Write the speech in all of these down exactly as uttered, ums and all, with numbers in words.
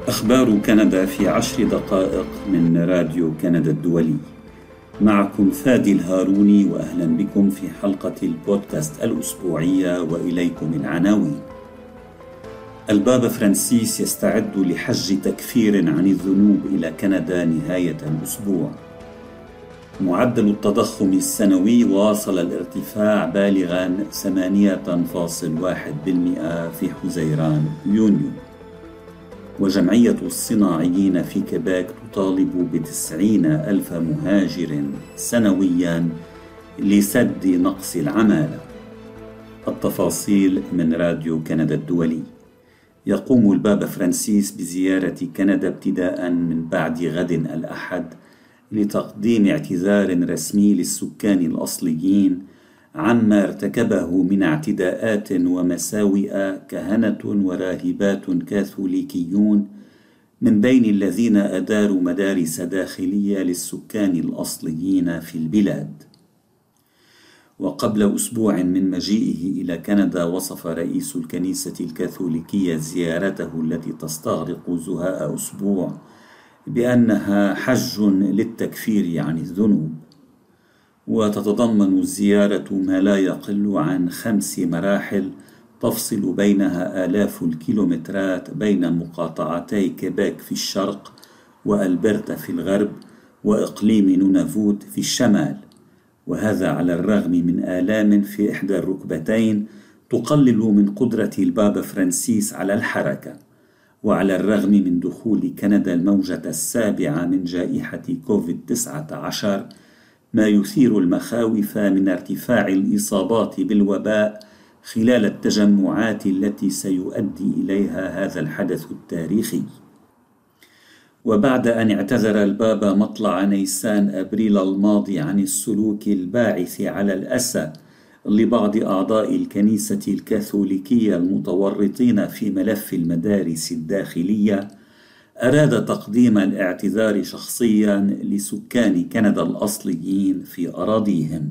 أخبار كندا في عشر دقائق من راديو كندا الدولي. معكم فادي الهاروني، وأهلا بكم في حلقة البودكاست الأسبوعية، وإليكم العناوين. البابا فرانسيس يستعد لحج تكفير عن الذنوب إلى كندا نهاية الأسبوع. معدل التضخم السنوي واصل الارتفاع بالغا ثمانية فاصلة واحد بالمئة في حزيران يونيو. وجمعية الصناعيين في كيبيك تطالب بتسعين ألف مهاجر سنويا لسد نقص العمالة. التفاصيل من راديو كندا الدولي. يقوم البابا فرانسيس بزيارة كندا ابتداء من بعد غد الأحد لتقديم اعتذار رسمي للسكان الأصليين عما ارتكبه من اعتداءات ومساوئ كهنة وراهبات كاثوليكيون، من بين الذين أداروا مدارس داخلية للسكان الأصليين في البلاد. وقبل أسبوع من مجيئه إلى كندا، وصف رئيس الكنيسة الكاثوليكية زيارته التي تستغرق زهاء أسبوع بأنها حج للتكفير عن الذنوب. وتتضمن الزيارة ما لا يقل عن خمس مراحل تفصل بينها آلاف الكيلومترات بين مقاطعتي كيبيك في الشرق وألبرتا في الغرب وإقليم نونافوت في الشمال، وهذا على الرغم من آلام في إحدى الركبتين تقلل من قدرة البابا فرانسيس على الحركة، وعلى الرغم من دخول كندا الموجة السابعة من جائحة كوفيد تسعة عشر، ما يثير المخاوف من ارتفاع الإصابات بالوباء خلال التجمعات التي سيؤدي إليها هذا الحدث التاريخي. وبعد أن اعتذر البابا مطلع نيسان أبريل الماضي عن السلوك الباعث على الأسى لبعض أعضاء الكنيسة الكاثوليكية المتورطين في ملف المدارس الداخلية، أراد تقديم الاعتذار شخصيا لسكان كندا الأصليين في أراضيهم.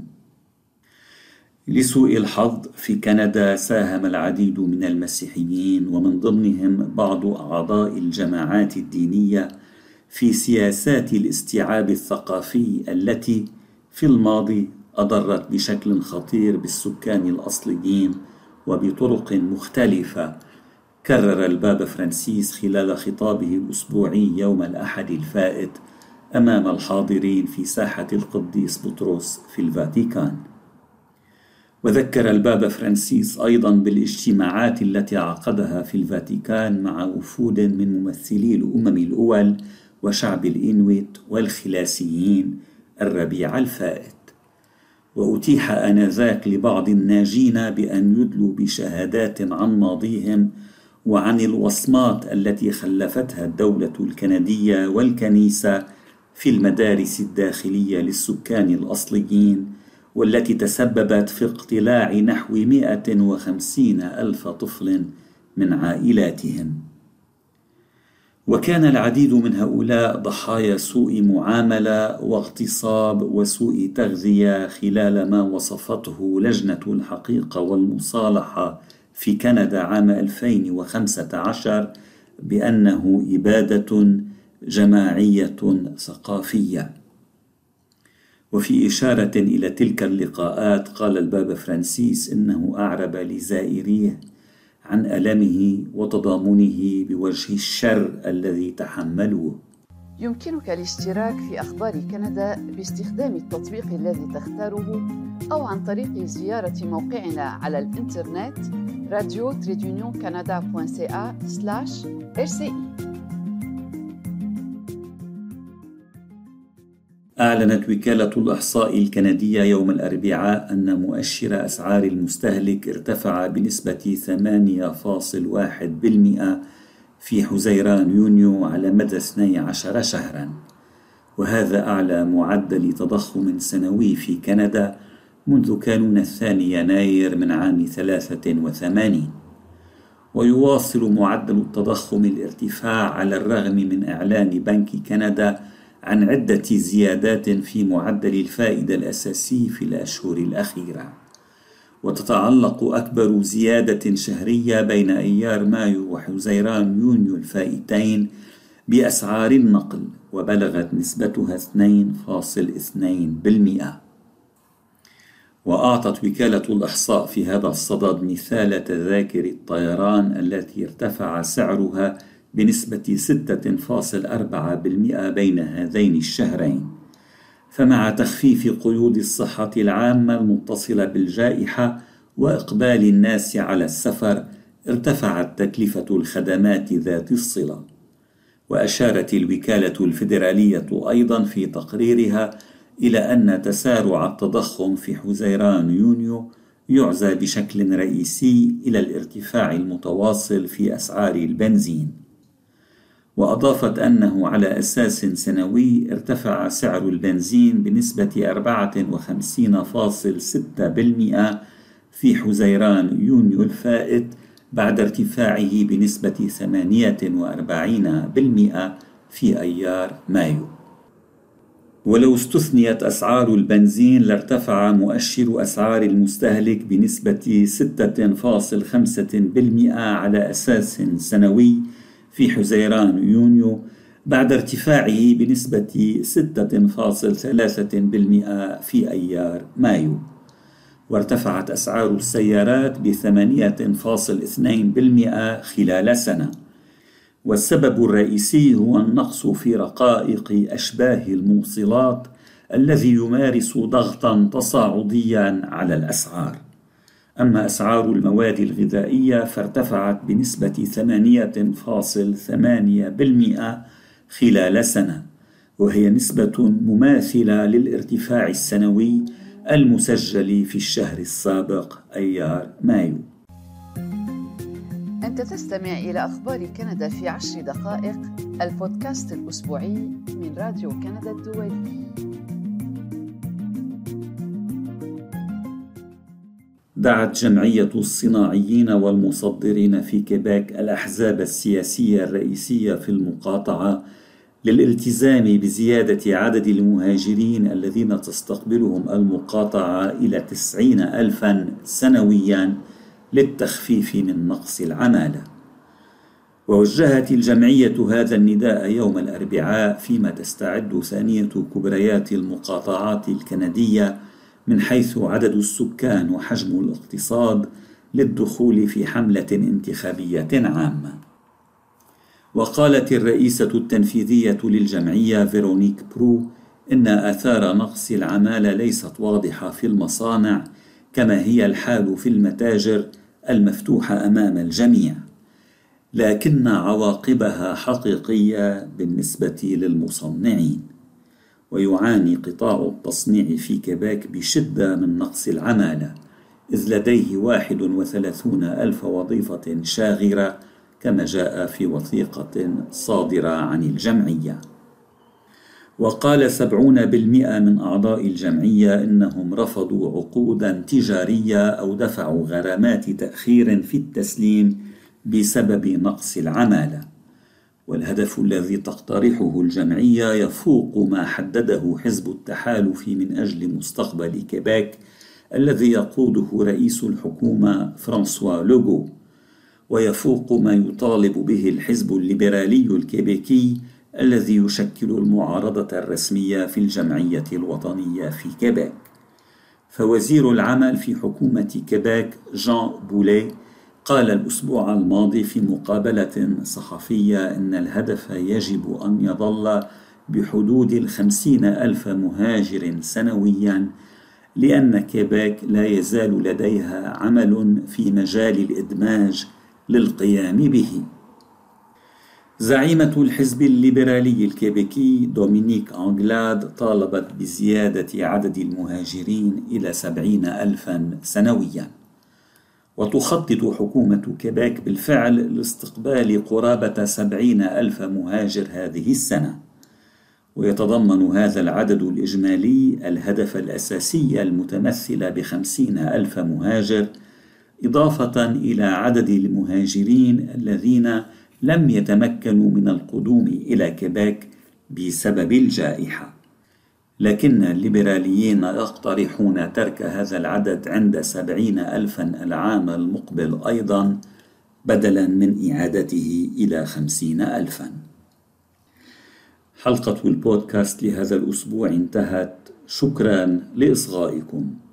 لسوء الحظ في كندا ساهم العديد من المسيحيين، ومن ضمنهم بعض أعضاء الجماعات الدينية، في سياسات الاستيعاب الثقافي التي في الماضي أضرت بشكل خطير بالسكان الأصليين وبطرق مختلفة. كرر البابا فرانسيس خلال خطابه الأسبوعي يوم الأحد الفائت أمام الحاضرين في ساحة القديس بطرس في الفاتيكان. وذكر البابا فرانسيس أيضا بالاجتماعات التي عقدها في الفاتيكان مع وفود من ممثلي الأمم الأول وشعب الإنويت والخلاسيين الربيع الفائت. وأتيح آنذاك لبعض الناجين بأن يدلوا بشهادات عن ماضيهم وعن الوصمات التي خلفتها الدولة الكندية والكنيسة في المدارس الداخلية للسكان الأصليين، والتي تسببت في اقتلاع نحو مئة وخمسين ألف طفل من عائلاتهم. وكان العديد من هؤلاء ضحايا سوء معاملة واغتصاب وسوء تغذية خلال ما وصفته لجنة الحقيقة والمصالحة في كندا عام ألفين وخمسة عشر بأنه إبادة جماعية ثقافية. وفي إشارة إلى تلك اللقاءات، قال البابا فرانسيس إنه أعرب لزائريه عن ألمه وتضامنه بوجه الشر الذي تحملوه. يمكنك الاشتراك في أخبار كندا باستخدام التطبيق الذي تختاره، أو عن طريق زيارة موقعنا على الإنترنت راديو تريد كندا دوت سي إيه سلاش إر سي إي. أعلنت وكالة الإحصاء الكندية يوم الأربعاء أن مؤشر أسعار المستهلك ارتفع بنسبة ثمانية فاصلة واحد بالمئة في حزيران يونيو على مدى اثني عشر شهرا، وهذا أعلى معدل تضخم سنوي في كندا منذ كانون الثاني يناير من عام ثلاثة وثمانين. ويواصل معدل التضخم الارتفاع على الرغم من إعلان بنك كندا عن عدة زيادات في معدل الفائدة الأساسي في الأشهر الأخيرة. وتتعلق أكبر زيادة شهرية بين أيار مايو وحزيران يونيو الفائتين بأسعار النقل، وبلغت نسبتها اثنين فاصل اثنين بالمئة. وأعطت وكالة الإحصاء في هذا الصدد مثال تذاكر الطيران التي ارتفع سعرها بنسبة ستة فاصل أربعة بالمئة بين هذين الشهرين. فمع تخفيف قيود الصحة العامة المتصلة بالجائحة وإقبال الناس على السفر، ارتفعت تكلفة الخدمات ذات الصلة. وأشارت الوكالة الفيدرالية أيضا في تقريرها إلى أن تسارع التضخم في حزيران يونيو يعزى بشكل رئيسي إلى الارتفاع المتواصل في أسعار البنزين. وأضافت أنه على أساس سنوي ارتفع سعر البنزين بنسبة أربعة وخمسين فاصل ستة بالمئة في حزيران يونيو الفائت، بعد ارتفاعه بنسبة ثمانية وأربعين بالمئة في أيار مايو. ولو استثنيت أسعار البنزين لارتفع مؤشر أسعار المستهلك بنسبة ستة فاصل خمسة بالمئة على أساس سنوي في حزيران يونيو، بعد ارتفاعه بنسبة ستة فاصل ثلاثة بالمئة في أيار مايو. وارتفعت أسعار السيارات بثمانية فاصل اثنين بالمئة خلال سنة. والسبب الرئيسي هو النقص في رقائق أشباه الموصلات الذي يمارس ضغطا تصاعديا على الأسعار. أما أسعار المواد الغذائية فارتفعت بنسبة ثمانية فاصل ثمانية بالمئة خلال سنة، وهي نسبة مماثلة للارتفاع السنوي المسجل في الشهر السابق أيار مايو. أنت تستمع إلى أخبار كندا في عشر دقائق، البودكاست الأسبوعي من راديو كندا الدولي. دعت جمعية الصناعيين والمصدرين في كيباك الأحزاب السياسية الرئيسية في المقاطعة للالتزام بزيادة عدد المهاجرين الذين تستقبلهم المقاطعة إلى تسعين ألفا سنويا للتخفيف من نقص العمالة. ووجهت الجمعية هذا النداء يوم الأربعاء فيما تستعد ثانية كبريات المقاطعات الكندية من حيث عدد السكان وحجم الاقتصاد للدخول في حملة انتخابية عامة. وقالت الرئيسة التنفيذية للجمعية فيرونيك برو إن آثار نقص العمالة ليست واضحة في المصانع كما هي الحال في المتاجر المفتوحة أمام الجميع، لكن عواقبها حقيقية بالنسبة للمصنعين. ويعاني قطاع التصنيع في كيباك بشدة من نقص العمالة، إذ لديه واحد وثلاثون ألف وظيفة شاغرة كما جاء في وثيقة صادرة عن الجمعية. وقال سبعون بالمئة من أعضاء الجمعية إنهم رفضوا عقودا تجارية أو دفعوا غرامات تأخير في التسليم بسبب نقص العمالة. والهدف الذي تقترحه الجمعية يفوق ما حدده حزب التحالف من أجل مستقبل كيباك الذي يقوده رئيس الحكومة فرانسوا لوغو، ويفوق ما يطالب به الحزب الليبرالي الكيبيكي الذي يشكل المعارضة الرسمية في الجمعية الوطنية في كيباك. فوزير العمل في حكومة كيباك جان بولي قال الأسبوع الماضي في مقابلة صحفية إن الهدف يجب أن يظل بحدود الخمسين ألف مهاجر سنويا، لأن كيباك لا يزال لديها عمل في مجال الإدماج للقيام به. زعيمة الحزب الليبرالي الكيبيكي دومينيك أنغلاد طالبت بزيادة عدد المهاجرين إلى سبعين ألفا سنويا. وتخطط حكومة كيباك بالفعل لاستقبال قرابة سبعين ألف مهاجر هذه السنة. ويتضمن هذا العدد الإجمالي الهدف الأساسي المتمثل بخمسين ألف مهاجر، إضافة إلى عدد المهاجرين الذين لم يتمكنوا من القدوم إلى كيباك بسبب الجائحة. لكن الليبراليين يقترحون ترك هذا العدد عند سبعين ألفا العام المقبل أيضا، بدلا من إعادته إلى خمسين ألفا. حلقة البودكاست لهذا الأسبوع انتهت. شكرا لإصغائكم.